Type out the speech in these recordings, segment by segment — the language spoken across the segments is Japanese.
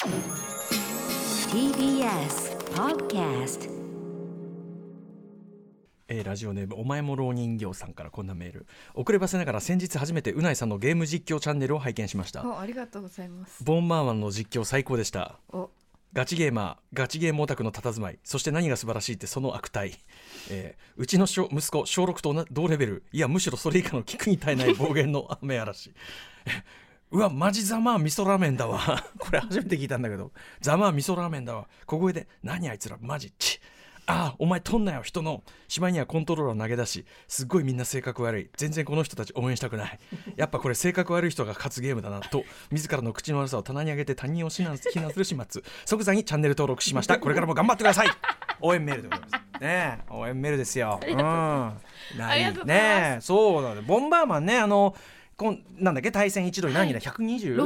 TBS Podcast。 ラジオネームお前も老人形さんからこんなメール。遅ればせながら先日初めてうないさんのゲーム実況チャンネルを拝見しました。 ありがとうございます。 ボンバーマンの実況最高でした。ガチゲーマー、ガチゲームオタクの佇まい、そして何が素晴らしいってその悪態、うちの息子小6と同レベル、いやむしろそれ以下の聞くに耐えない暴言の雨嵐うわマジザマー味噌ラーメンだわこれ初めて聞いたんだけど、ザマー味噌ラーメンだわ、小声で何あいつらマジチお前取んなよ人の。しまいにはコントローラー投げ出し、すっごいみんな性格悪い、全然この人たち応援したくない、やっぱこれ性格悪い人が勝つゲームだなと自らの口の悪さを棚に上げて他人を非難する始末。即座にチャンネル登録しました。これからも頑張ってください応援メールでございますね。応援メールですよ。 ありがとうございますね。そうだね。ボンバーマンね、なんだっけ、対戦一度に何人だ、120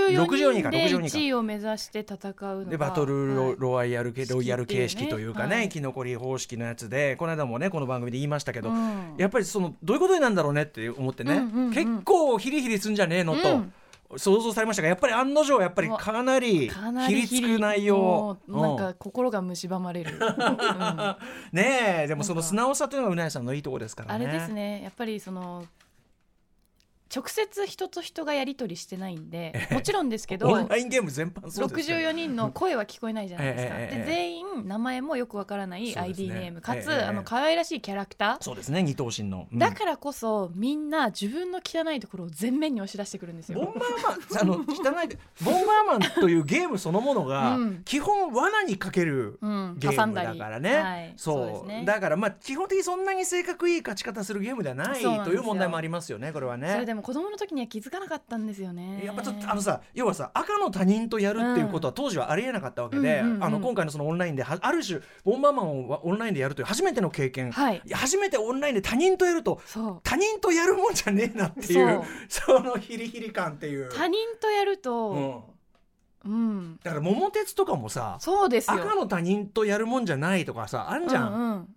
64人で1位を目指して戦うのがでバトルロワイヤル形式というかね、生き残り方式のやつで、この間もねこの番組で言いましたけど、やっぱりそのどういうことになんだろうねって思ってね、結構ヒリヒリすんじゃねえのと、想像されましたが、やっぱり案の定やっぱりかなりひりつく内容、 なんか心が蝕まれるねえ。でもその素直さというのがうなやさんのいいところですからね。 あれですね、やっぱりその直接人と人がやり取りしてないんで、もちろんですけどオンラインゲーム全般そうですよ、 64人の声は聞こえないじゃないですか、で全員名前もよくわからない ID ネーム、かつ可愛らしいキャラクター、 そうですね、二頭身の、 だからこそみんな自分の汚いところを前面に押し出してくるんですよ。 ボンバーマン汚いボンバーマンというゲームそのものが、基本罠にかけるゲームだからね、そうですね。だから基本的にそんなに性格いい勝ち方するゲームではないという問題もありますよね、これはね。 それでも子供の時には気づかなかったんですよね。 やっぱちょっと要はさ、赤の他人とやるっていうことは当時はありえなかったわけで、今回のそのオンラインである種ボンバーマンをオンラインでやるという初めての経験、初めてオンラインで他人とやると、他人とやるもんじゃねえなっていう、そのヒリヒリ感っていう、 他人とやると、 だから桃鉄とかもさ、 そうですよ、 赤の他人とやるもんじゃないとかさあんじゃん。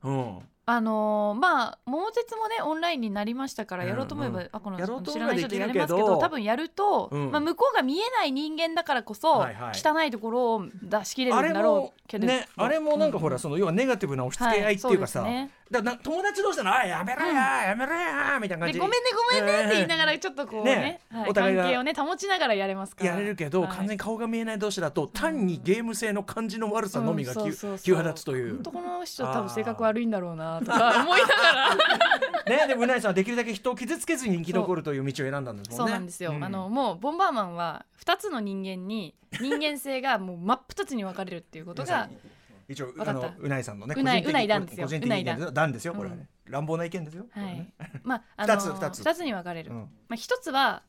桃鉄もねオンラインになりましたから、やろうと思えば赤の知らない人でやれますけど、多分やると、向こうが見えない人間だからこそ、汚いところを出し切れるんだろうけど、 あれもなんかほら、その要はネガティブな押し付け合いっていうかさ、友達同士でのやめろやめろやみたいな感じで、 ごめんねって言いながらちょっとこうね、お互いが関係をね保ちながらやれますから、 やれるけど、完全に顔が見えない同士だと単にゲーム性の感じの悪さのみが際立つという。 本当この人多分性格悪いんだろうなとか思いながらね。でもうないさんはできるだけ人を傷つけずに生き残るという道を選んだんですもんね。 そうなんですよ、もうボンバーマンは2つの人間に人間性がもう真っ二つに分かれるっていうことが一応うないさんのね、 うない団ですよ、 個人的な意見団ですよ、これはね、乱暴な意見ですよ。 2つに分かれる。1つは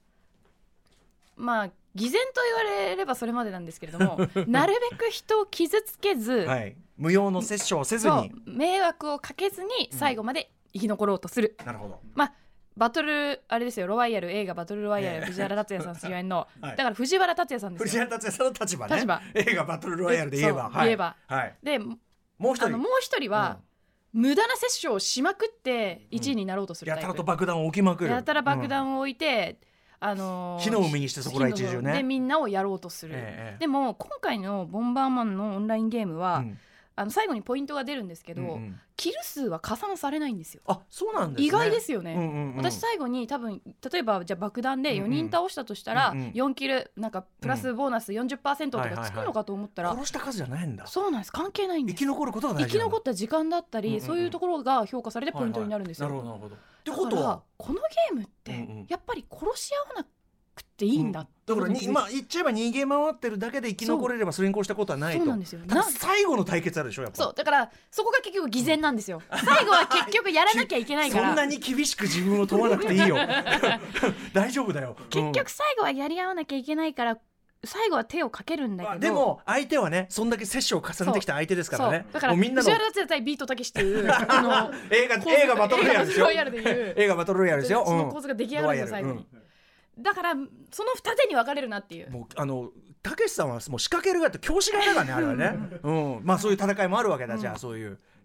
偽善と言われればそれまでなんですけれどもなるべく人を傷つけず、 無用の殺生をせずに、 迷惑をかけずに最後まで生き残ろうとする。 なるほど。 バトルあれですよ、ロワイヤル、映画バトルロワイヤル、藤原竜也さん主演の、だから藤原竜也さんですよ。 藤原竜也さんの立場ね。映画バトルロワイヤルで言えば、でもう一人は、無駄な殺生をしまくって1位になろうとするタイプ、 やたらと爆弾を置きまくる、 やたら爆弾を置いて、火の海にしてそこら一中ね、 でみんなをやろうとする。でも今回のボンバーマンのオンラインゲームは、最後にポイントが出るんですけど、キル数は加算されないんですよ。 そうなんですね。 意外ですよね。私最後に多分例えばじゃあ爆弾で4人倒したとしたら、4キルなんかプラスボーナス 40% とかつくのかと思ったら、 殺した数じゃないんだ。 そうなんです、関係ないんです。 生き残ることが大事なんだ。 生き残った時間だったり、そういうところが評価されてポイントになるんですよ。 なるほど。ってことはこのゲームってやっぱり殺し合わなくていいんだ、 だから言っちゃえば逃げ回ってるだけで生き残れればそれに越したことはないと。 そうなんですよ。 ただ最後の対決あるでしょ、やっぱ。 そうだからそこが結局偽善なんですよ。最後は結局やらなきゃいけないからそんなに厳しく自分を問わなくていいよ大丈夫だよ。 結局最後はやり合わなきゃいけないから、最後は手をかけるんだけど、 でも相手はね、そんだけ接種を重ねてきた相手ですからね。 だから藤原竜也対ビートたけしっていう映画バトルロイヤルですよ。映画バトルロイヤルですよ。 その構図が出来上がるんですよ、最後に。だからその二手に分かれるなっていう。 もうたけしさんはもう仕掛ける側と教師側だからね、あれはね。そういう戦いもあるわけだ。じゃあそういう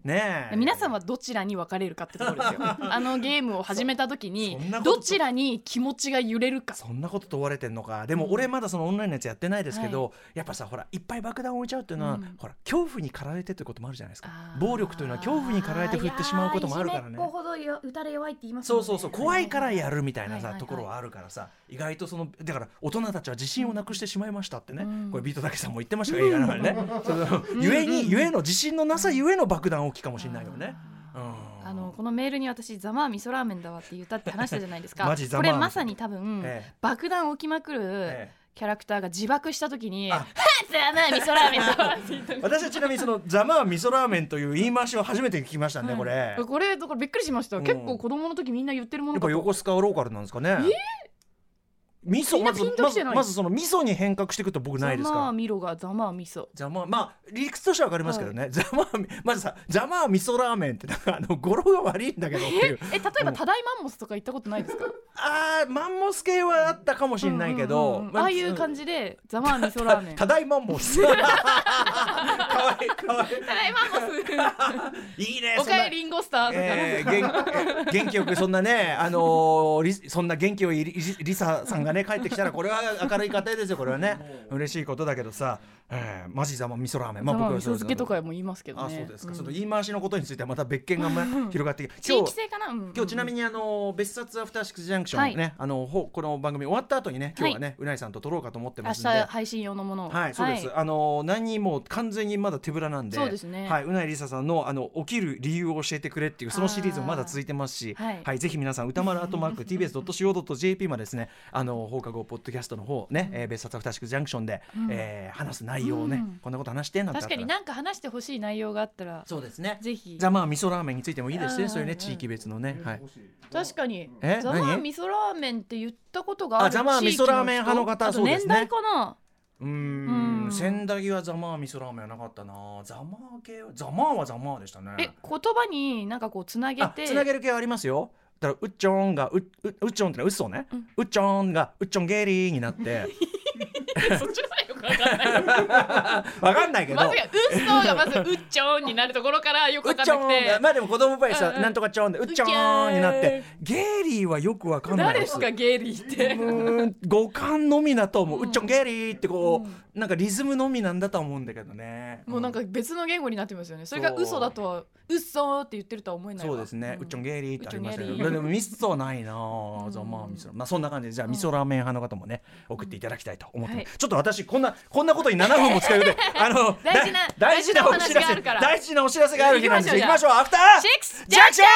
ねえ、 皆さんはどちらに分かれるかってところですよゲームを始めた時にどちらに気持ちが揺れるか。 そんなこと問われてんのか。でも俺まだそのオンラインのやつやってないですけど、 はい、 やっぱさほらいっぱい爆弾を置いちゃうっていうのは、ほら恐怖に駆られてということもあるじゃないですか。暴力というのは恐怖に駆られて振ってしまうこともあるからね。 いじめっ子ほど打たれ弱いって言いますもんね。 そう怖いからやるみたいなさ、ところはあるからさ、意外とそのだから大人たちは自信をなくしてしまいましたってね、これビートたけさんも言ってましたが、映画の中でねそのゆえの自信のなさゆえの爆弾置きかもしれないよね。 このメールに私ざまあ味噌ラーメンだわって言ったって話したじゃないですかマジざまこれまさに多分、爆弾置きまくる、キャラクターが自爆した時にザマー味噌ラーメンだわって言った私はちなみにそのザマー味噌ラーメンという言い回しを初めて聞きましたね、これだからびっくりしました、結構子供の時みんな言ってるものかと。 やっぱ横須賀ローカルなんですかね。味噌まずその味噌に変革していくと僕ないですから。 ザマーミロがザマー味噌。 まあ理屈としては分かりますけどね、まずさザマー味噌ラーメンってなんか語呂が悪いんだけどっていう。 例えばタダイマンモスとか行ったことないですか？ マンモス系はあったかもしれないけど、 ああいう感じでザマー味噌ラーメンタダイマンモスかわいいタダイマンモスいいね。 おかえりンゴスターとか、 元気よくそんなねそんな元気をリサさんがね帰ってきたらこれは明るい家庭ですよ。これはね嬉しいことだけどさ、マジザマ味噌ラーメン、 ザマ味噌漬けとかも言いますけどね。 そうですか、その言い回しのことについてはまた別件が広がって地域性かな。 今日ちなみに別冊アフターシックスジャンクションね、この番組終わった後にね今日はねうないさんと撮ろうかと思ってますんで、 明日配信用のものを。 はい、そうです。何も完全にまだ手ぶらなんで、 そうですね。 はい、うないりささんの起きる理由を教えてくれっていうそのシリーズもまだ続いてますし、はい、ぜひ皆さん歌丸@tbs.co.jp までですね放課後ポッドキャストの方ね、別冊アフターシックスジャンクションで話す内容をね、こんなこと話してんなんてあったら、 確かになんか話してほしい内容があったら、 そうですね、 ぜひザマー味噌ラーメンについてもいいですね。そういうね地域別のね、はい、 確かにザマー味噌ラーメンって言ったことがあるザマー味噌ラーメン派の方はそうですね。 年代かな。 千駄木はザマー味噌ラーメンはなかったな。ザマー系はザマーでしたね。 言葉になんかこうつなげてつなげる系はありますよ。だからうっちょんがうっちょんってのは嘘ね、うっちょんがうっちょんゲリーになってそっちのよく分かんない分かんないけど、 まず嘘がまずうっちょんになるところからよく分かんなくて、 まあでも子供っぽいさ、なんとかちょんでうっちょんになってゲリーはよく分かんないです。 誰ですかゲリーって。 五感のみだと思う、うっちょんゲリーってこう、なんかリズムのみなんだと思うんだけどね。 もうなんか別の言語になってますよね。それが嘘だとは嘘って言ってるとは思えないわ。 そうですね、うっちょんゲリーってありましたけど、でもミスはないな。ザマー味噌、まあそんな感じで、じゃあ味噌ラーメン派の方もね送っていただきたいと思って、ちょっと私こんなことに7分も使うようで大事なお知らせがある日なんですよ。行きましょう。アフターシックスジャンクシ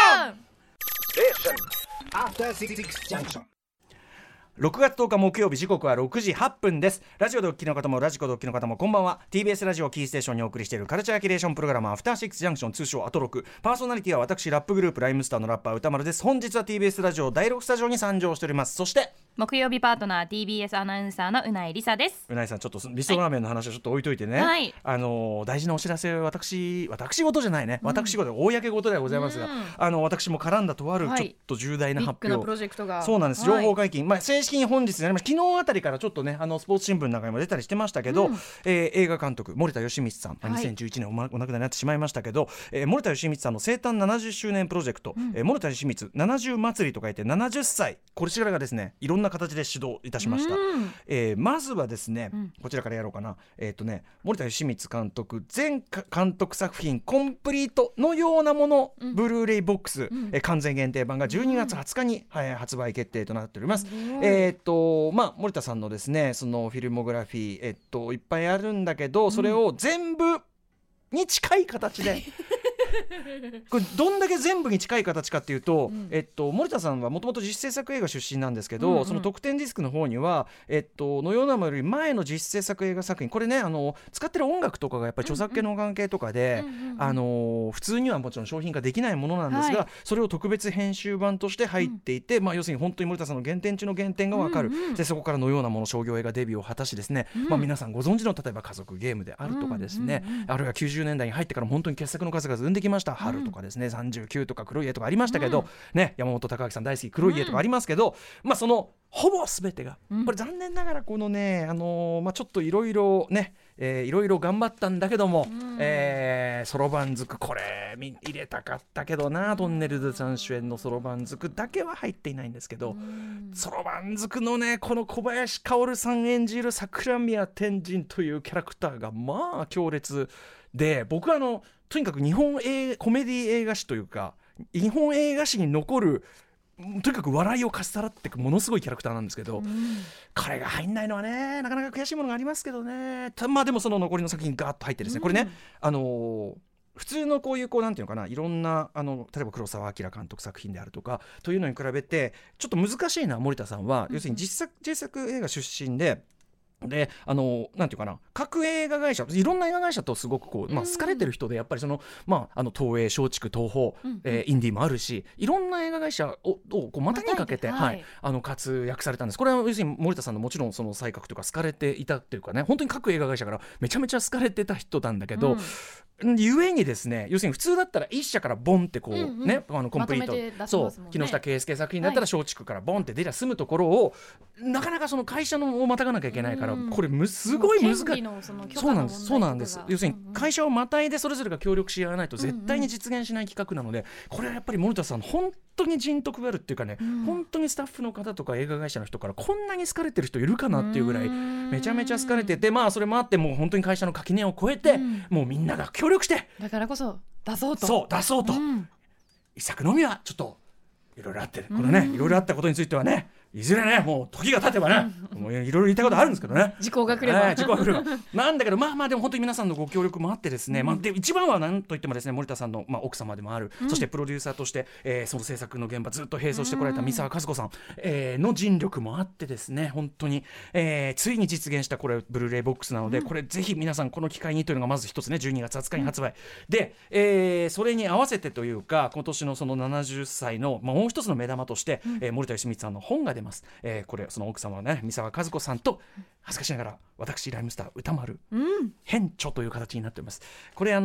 ョン。6月10日木曜日、時刻は6時8分です。ラジオでお聞きの方もラジコでお聞きの方もこんばんは。 TBS ラジオキーステーションにお送りしているカルチャーキュレーションプログラムアフターシックスジャンクション、通称アトロク。パーソナリティは私ラップグループライムスターのラッパー歌丸です。本日は TBS ラジオ第6スタジオに参上しております。そして木曜日パートナー TBS アナウンサーのうないりさです。 うないさん、ちょっと味噌ラーメンの話をちょっと置いといてね、はい、大事なお知らせ、私事じゃないね、私事で公事ではございますが、私も絡んだとあるちょっと重大な発表、 ビッグなプロジェクトが、 そうなんです、情報解禁、正式に本日になりました。昨日あたりからちょっとねスポーツ新聞なんかにも出たりしてましたけど、映画監督森田義満さん、2011年お亡くなりになってしまいましたけど、森田義満さんの生誕70周年プロジェクト、森田義満70祭りと書いて70歳、こちらがですねいろんな形で始動いたしました。まずはですね、こちらからやろうかな。森田義満監督全監督作品コンプリートのようなもの、ブルーレイボックス、完全限定版が12月20日に、発売決定となっております。森田さんのですねそのフィルモグラフィー、いっぱいあるんだけど、それを全部に近い形でこれどんだけ全部に近い形かっていうと、森田さんはもともと実制作映画出身なんですけど、その特典ディスクの方にはのようなものより前の実制作映画作品、これね使ってる音楽とかがやっぱり著作権の関係とかで、普通にはもちろん商品化できないものなんですが、それを特別編集版として入っていて、要するに本当に森田さんの原点中の原点が分かる、でそこからのようなもの商業映画デビューを果たしですね、皆さんご存知の例えば家族ゲームであるとかですね、あるいは90年代に入ってから本当に傑作の数々生んできました。春とかですね、39とか黒い家とかありましたけど、ね、山本隆明さん大好き黒い家とかありますけど、そのほぼ全てが、これ残念ながらこのね、ちょっといろいろね、いろいろ頑張ったんだけども、そろばんずくこれ入れたかったけどな、トンネルズさん主演のそろばんずくだけは入っていないんですけど、そろばんずくのねこの小林薫さん演じる桜宮天神というキャラクターがまあ強烈で、僕はとにかく日本コメディ映画史というか日本映画史に残るとにかく笑いをかっさらっていくものすごいキャラクターなんですけど、彼が入んないのはねなかなか悔しいものがありますけどね。まあでもその残りの作品ガーッと入ってですね、これね普通のこういうなんていうのかな、いろんな例えば黒澤明監督作品であるとかというのに比べてちょっと難しいのは森田さんは、要するに実作映画出身でなんていうかな、各映画会社いろんな映画会社とすごくこう、好かれてる人で、やっぱり東映松竹東宝、インディーもあるし、いろんな映画会社をこう股にかけて、活躍されたんです。これは要するに森田さんのもちろんその才覚というか好かれていたというかね、本当に各映画会社からめちゃめちゃ好かれてた人なんだけど、ゆえにですね、要するに普通だったら一社からボンってこうね、コンプリート、そう木下圭介作品だったら松竹からボンって出りゃ済むところを、なかなかその会社のをまたがなきゃいけないから、これすごい難しい。そうなんです。要するに会社をまたいでそれぞれが協力し合わないと絶対に実現しない企画なので、これはやっぱり森田さん本当に人徳があるっていうかね、本当にスタッフの方とか映画会社の人からこんなに好かれてる人いるかなっていうぐらいめちゃめちゃ好かれてて、それもあってもう本当に会社の垣根を越えて、もうみんなが協力してだからこそ出そうと一作のみはちょっといろいろあって、このねいろいろあったことについてはね、いずれねもう時が経てばね、もういろいろ言いたいことあるんですけどね、 時効が来ればなんだけど、でも本当に皆さんのご協力もあってですね、で一番は何といってもですね、森田さんの、奥様でもある、そしてプロデューサーとして、その制作の現場ずっと並走してこられた三沢和子さん、の尽力もあってですね、本当に、ついに実現したこれブルーレイボックスなので、これぜひ皆さんこの機会にというのがまず一つね、12月20日に発売、で、それに合わせてというか今年のその70歳の、もう一つの目玉として、森田芳光さんの本が出ます。これその奥様はね三沢和子さんと恥ずかしながら私ライムスター歌丸、編著という形になっております。これ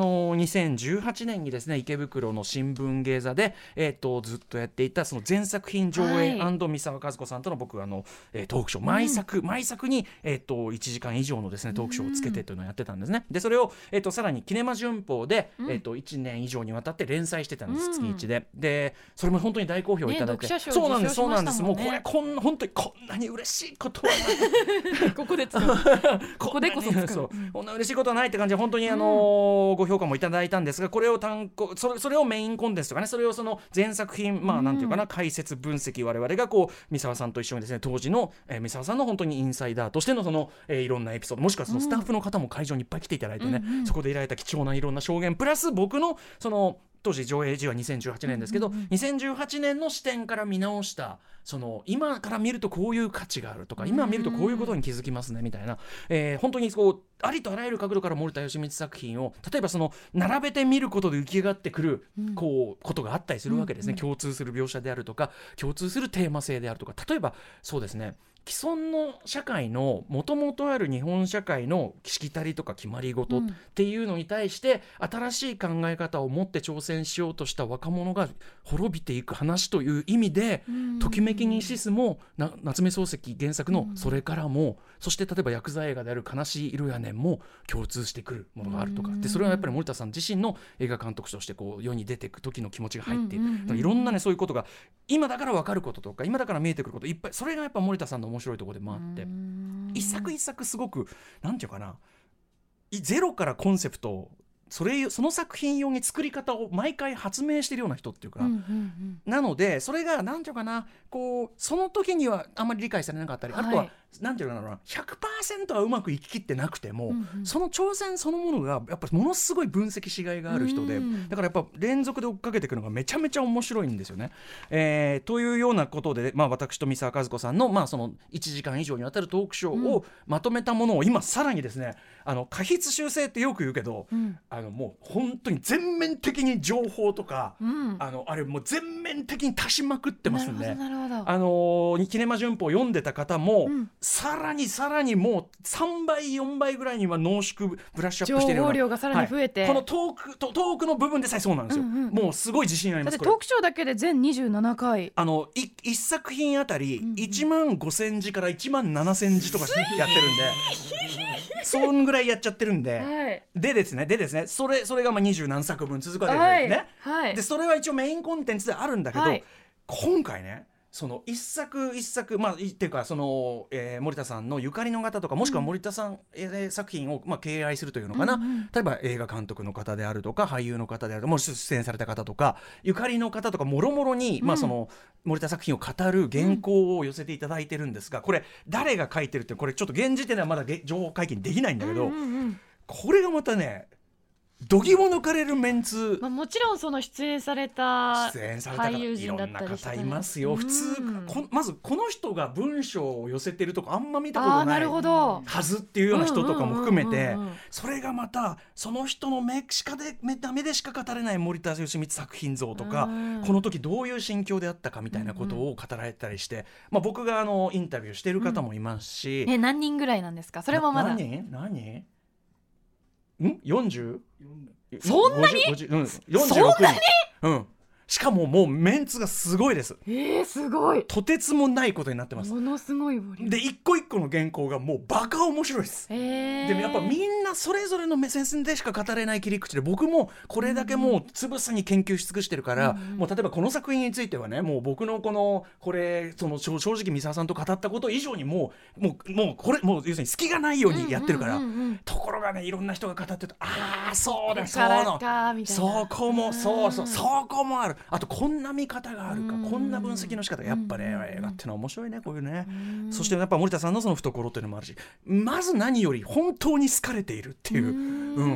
2018年にですね池袋の新聞芸座で、ずっとやっていたその全作品上映、三沢和子さんとの僕トークショー毎作に、1時間以上のですねトークショーをつけてというのをやってたんですね。でそれを、さらにキネマ旬報で、1年以上にわたって連載してたんです、月1でそれも本当に大好評いただいて、そうなんですもうこれ本当にこんなに嬉しいことはないここで使うここでこそ使う、 こんな嬉しいことはないって感じで本当にご評価もいただいたんですが、これをそれをメインコンテンツとかね、それをその全作品なんていうかな、解説分析我々がこう三沢さんと一緒にですね当時の三沢さんの本当にインサイダーとしてのその、いろんなエピソード、もしくはそのスタッフの方も会場にいっぱい来ていただいてね、そこで得られた貴重ないろんな証言プラス僕のその当時上映時は2018年ですけど、2018年の視点から見直したその今から見るとこういう価値があるとか、今見るとこういうことに気づきますねみたいな、本当にこうありとあらゆる角度から森田芳光作品を例えばその並べて見ることで浮き上がってくることがあったりするわけですね、共通する描写であるとか共通するテーマ性であるとか、例えばそうですね既存の社会のもともとある日本社会のしきたりとか決まり事っていうのに対して新しい考え方を持って挑戦しようとした若者が滅びていく話という意味で、ときめきにシスも夏目漱石原作のそれからも、そして例えばヤクザ映画である悲しい色やねんも共通してくるものがあるとかで、それはやっぱり森田さん自身の映画監督としてこう世に出ていく時の気持ちが入っている、いろんなねそういうことが今だから分かることとか今だから見えてくることいっぱい、それがやっぱ森田さんの面白いところでもあって、一作一作すごくなんていうかな、ゼロからコンセプトをその作品用に作り方を毎回発明してるような人っていうか、なのでそれがなんていうかな、こうその時にはあんまり理解されなかったり、あとはなんていうかな 100% はうまくいききってなくても、その挑戦そのものがやっぱりものすごい分析しがいがある人で、だからやっぱ連続で追っかけていくのがめちゃめちゃ面白いんですよね。というようなことで、私と三沢和子さんの、その1時間以上にわたるトークショーをまとめたものを今さらにですね、過筆修正ってよく言うけど、もう本当に全面的に情報とか、あれもう全面的に足しまくってますんで、キネマ旬報を読んでた方も、 さらにもう3倍4倍ぐらいには濃縮ブラッシュアップしてるような情報量がさらに増えて、 このトークの部分でさえそうなんですよ、もうすごい自信あります。 だってトークショーだけで全27回 1作品あたり1万5000字から1万7000字とかやってるんでそんぐらいやっちゃってるんで、でですねそれがまあ20何作分続くわけですね、でそれは一応メインコンテンツであるんだけど、今回ねその一作っていうかその、森田さんのゆかりの方とかもしくは森田さん、作品を、敬愛するというのかな、例えば映画監督の方であるとか俳優の方であるとかもう出演された方とかゆかりの方とかもろもろに、その森田作品を語る原稿を寄せていただいてるんですが、これ誰が書いてるってこれちょっと現時点ではまだ情報解禁できないんだけど、これがまたね度肝抜かれるメンツ、 もちろんその出演された俳優陣だったりいろんな方いますよ。普通まずこの人が文章を寄せてるとこあんま見たことないはずっていうような人とかも含めて、それがまたその人の目でしか語れない森田芳光作品像とか、この時どういう心境であったかみたいなことを語られたりして、僕がインタビューしてる方もいますし、 何人ぐらいなんですか？それもまだ何40？ そんなに 46人、しかももうメンツがすごいです。 すごい。 とてつもないことになってます。 ものすごいボリュームで一個一個の原稿がもうバカ面白いです。でもやっぱみんなそれぞれの目線でしか語れない切り口で、僕もこれだけもうつぶさに研究し尽くしてるから、もう例えばこの作品についてはね、もう僕のこれその正直三沢さんと語ったこと以上にもうこれもう要するに隙がないようにやってるから、ところがねいろんな人が語ってると、そうだそこもそこもある、あとこんな見方があるか、こんな分析の仕方、やっぱね映画ってのは面白いね、こういうね。そしてやっぱ森田さんのその懐っていうのもあるし、まず何より本当に好かれているっていう、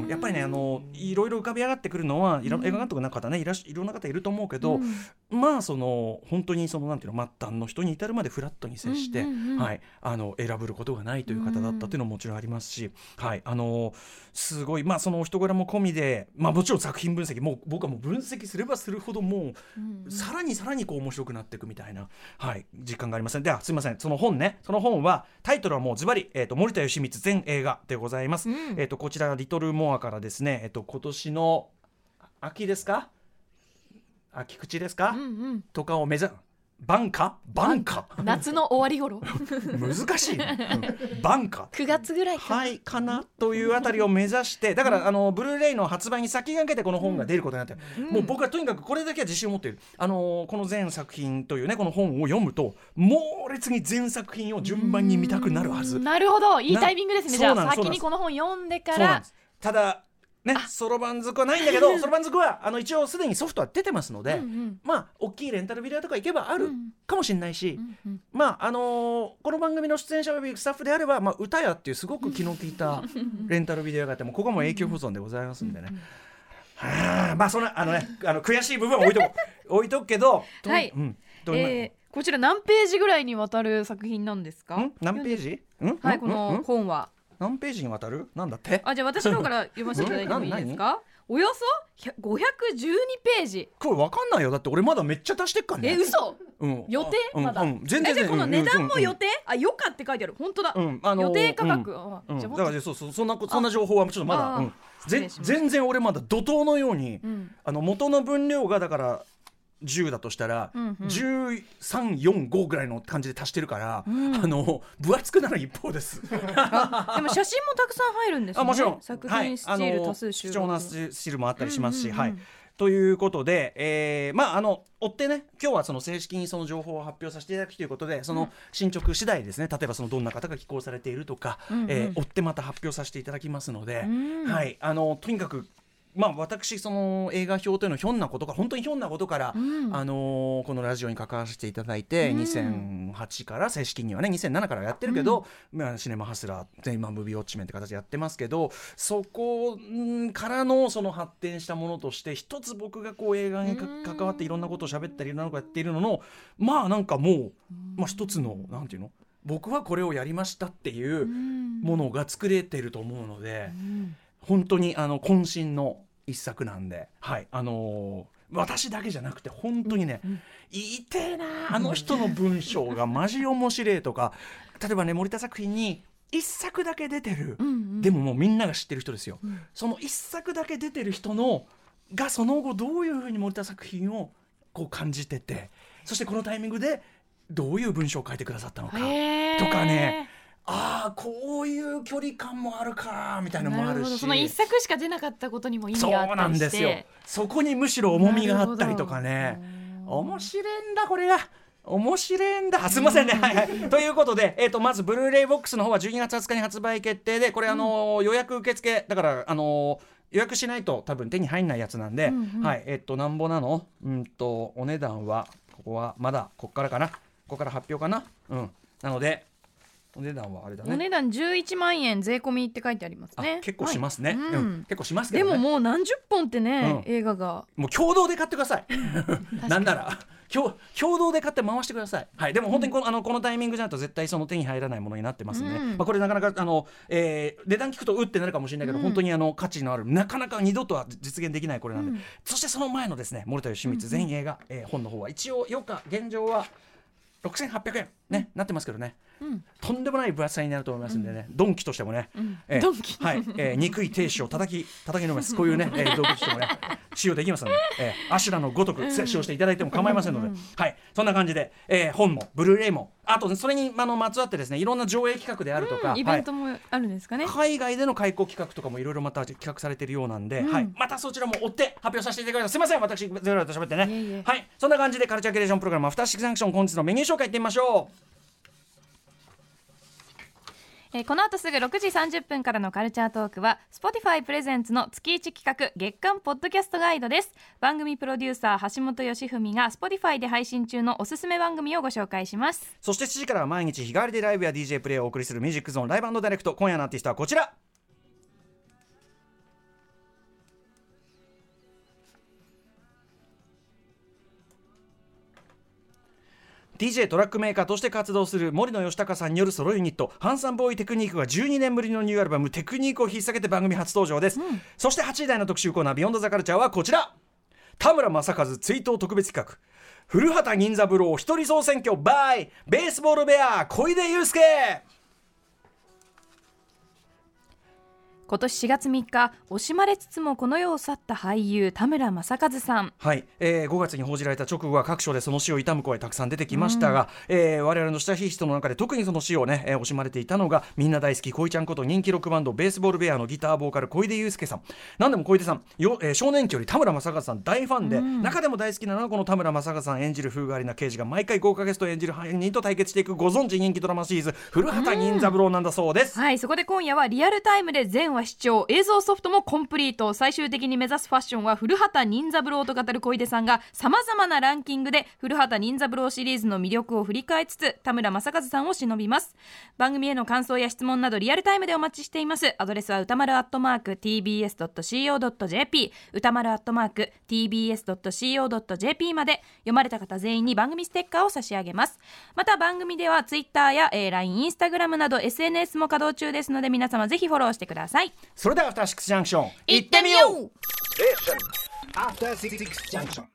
やっぱりねいろいろ浮かび上がってくるのは映画監督の方ねいろんな方いると思うけど、その本当にそのなんていうの末端の人に至るまでフラットに接して、選ぶることがないという方だったっていうのももちろんありますし、すごいそのお人柄も込みで、もちろん作品分析も僕はもう分析すればするほどもうさらにこう面白くなっていくみたいな、実感がありますね。ではすいません、その本はタイトルはもうズバリ、森田芳光全映画でございます。こちらリトルモアからですね、今年の秋ですか、秋口ですか、とかを目指すバンカ夏の終わり頃難しいね、バンカ 9月ぐらいかなというあたりを目指して、だからブルーレイの発売に先駆けてこの本が出ることになって、もう僕はとにかくこれだけは自信を持っている。この全作品というねこの本を読むと猛烈に全作品を順番に見たくなるはず。 なるほど、いいタイミングですね。じゃあ先にこの本読んでから。 ただね、そろばんずくはないんだけどそろばんずくは一応すでにソフトは出てますので、大きいレンタルビデオとか行けばあるかもしれないし、この番組の出演者およびスタッフであれば、歌やっていうすごく気の利いたレンタルビデオがあって、もここも永久保存でございますんでね、そんな悔しい部分は置いとくけど、 こちら何ページぐらいにわたる作品なんですか？ 何ページ？ この本は何ページにわたる？なんだって？ じゃあ私の方から読ませていただいてもいいですか？およそ512ページ。 これ分かんないよ、だって俺まだめっちゃ足してっからね。 嘘？予定まだ。 全然。 この値段も予定？余価って書いてある。本当だ。予定価格。 だからそんな情報はちょっとまだ全然俺まだ怒涛のように元の分量がだから10だとしたら、13、4、5ぐらいの感じで足してるから、分厚くなる一方です。でも写真もたくさん入るんですね。 もちろん作品スチール多数収録、 貴重なスチールもあったりしますし、ということで、追ってね今日はその正式にその情報を発表させていただくということで、その進捗次第ですね、例えばそのどんな方が寄稿されているとか、追ってまた発表させていただきますので、とにかく私その映画表というのをひょんなことから本当にひょんなことから、このラジオに関わらせていただいて、2008から正式にはね2007からやってるけど、シネマハスラーで今ムービーウォッチメンって形でやってますけど、そこからのその発展したものとして一つ僕がこう映画に関わっていろんなことを喋ったりいろんなことをやっているののなんかもう、一つのなんていうの、僕はこれをやりましたっていうものが作れてると思うので、本当に渾身の一作なんで、 私だけじゃなくて本当にね、いてえなあの人の文章がマジ面白いとか例えばね森田作品に一作だけ出てる、でももうみんなが知ってる人ですよ、その一作だけ出てる人のがその後どういうふうに森田作品をこう感じてて、そしてこのタイミングでどういう文章を書いてくださったのかとかね、こういう距離感もあるかみたいなのもあるし、 その一作しか出なかったことにも意味があったりして、そうなんですよ。 そこにむしろ重みがあったりとかね、面白いんだこれが面白いんだ。すいませんね、はいはい、ということで、まずブルーレイボックスの方は12月20日に発売決定で、これ予約受付だから予約しないと多分手に入んないやつなんで、はい、なんぼなのお値段はここはまだここからかな、ここから発表かな、なのでお値段はあれだね、 お値段11万円税込みって書いてありますね。 結構しますね、結構しますけどね。 でももう何十本ってね、映画がもう共同で買ってくださいなんなら共同で買って回してください、はい、でも本当にこのタイミングじゃないと絶対その手に入らないものになってますんで、これなかなか値段聞くとうってなるかもしれないけど、本当に価値のある、なかなか二度とは実現できないこれなんで、そしてその前のですね森田義満全映画、本の方は一応余価現状は6800円ね、なってますけどね、とんでもない分厚さになると思いますんでね、ドンキとしてもね、 ドンキ、 はい、憎い亭主を叩き飲みます。こういうね、道具としてもね使用できますので、アシュラのごとく使用していただいても構いませんので、はい、そんな感じで、本もブルーレイも、あとそれにまつわってですね、いろんな上映企画であるとか、 イベントもあるんですかね、 海外での開講企画とかもいろいろまた企画されているようなんで、はい、またそちらも追って発表させていただきます。すいません、私ゼロと喋ってね、はい、そんな感じでカルチャーキュレーションプログラムアフターシックスジャンクション、本日のメニュー紹介いってみましょう。 この後すぐ6時30分からのカルチャートークは Spotify プレゼンツの月1企画月間ポッドキャストガイドです。番組プロデューサー橋本義文が Spotify で配信中のおすすめ番組をご紹介します。 そして7時からは毎日日替わりでライブや DJ プレイをお送りするミュージックゾーンライブ&ダイレクト。今夜のアーティストはこちら、DJ トラックメーカーとして活動する森野義孝さんによるソロユニットハンサンボーイテクニークが12年ぶりのニューアルバムテクニークを引っ提げて番組初登場です、そして8時台の特集コーナービヨンドザカルチャーはこちら、田村正和追悼特別企画古畑任三郎一人総選挙 by ベースボールベア小出祐介。 今年4月3日惜しまれつつもこの世を去った俳優田村正和さん、 はい、5月に報じられた直後は各所でその死を悼む声たくさん出てきましたが、我々の親しい人の中で特にその死をね、惜しまれていたのがみんな大好き恋ちゃんこと人気ロックバンドベースボールベアのギターボーカル小出祐介さん。なんでも小出さん少年期より田村正和さん大ファンで、中でも大好きなのはこの田村正和さん演じる風変わりな刑事が毎回豪華ゲストを演じる犯人と対決していくご存知人気ドラマシリーズ古畑任三郎なんだそうです、 はい、そこで今夜はリアルタイムで全話視聴、映像ソフトもコンプリート。最終的に目指すファッションは古畑任三郎と語る小出さんがさまざまなランキングで古畑任三郎シリーズの魅力を振り返りつつ田村正和さんを偲びます。番組への感想や質問などリアルタイムでお待ちしています。アドレスは歌丸@tbs.co.jp 歌丸@tbs.co.jp まで。読まれた方全員に番組ステッカーを差し上げます。また番組では Twitter や LINE、Instagram など SNS も稼働中ですので皆様ぜひフォローしてください。 それではアフターシックスジャンクション行ってみよう。 After 66 junction.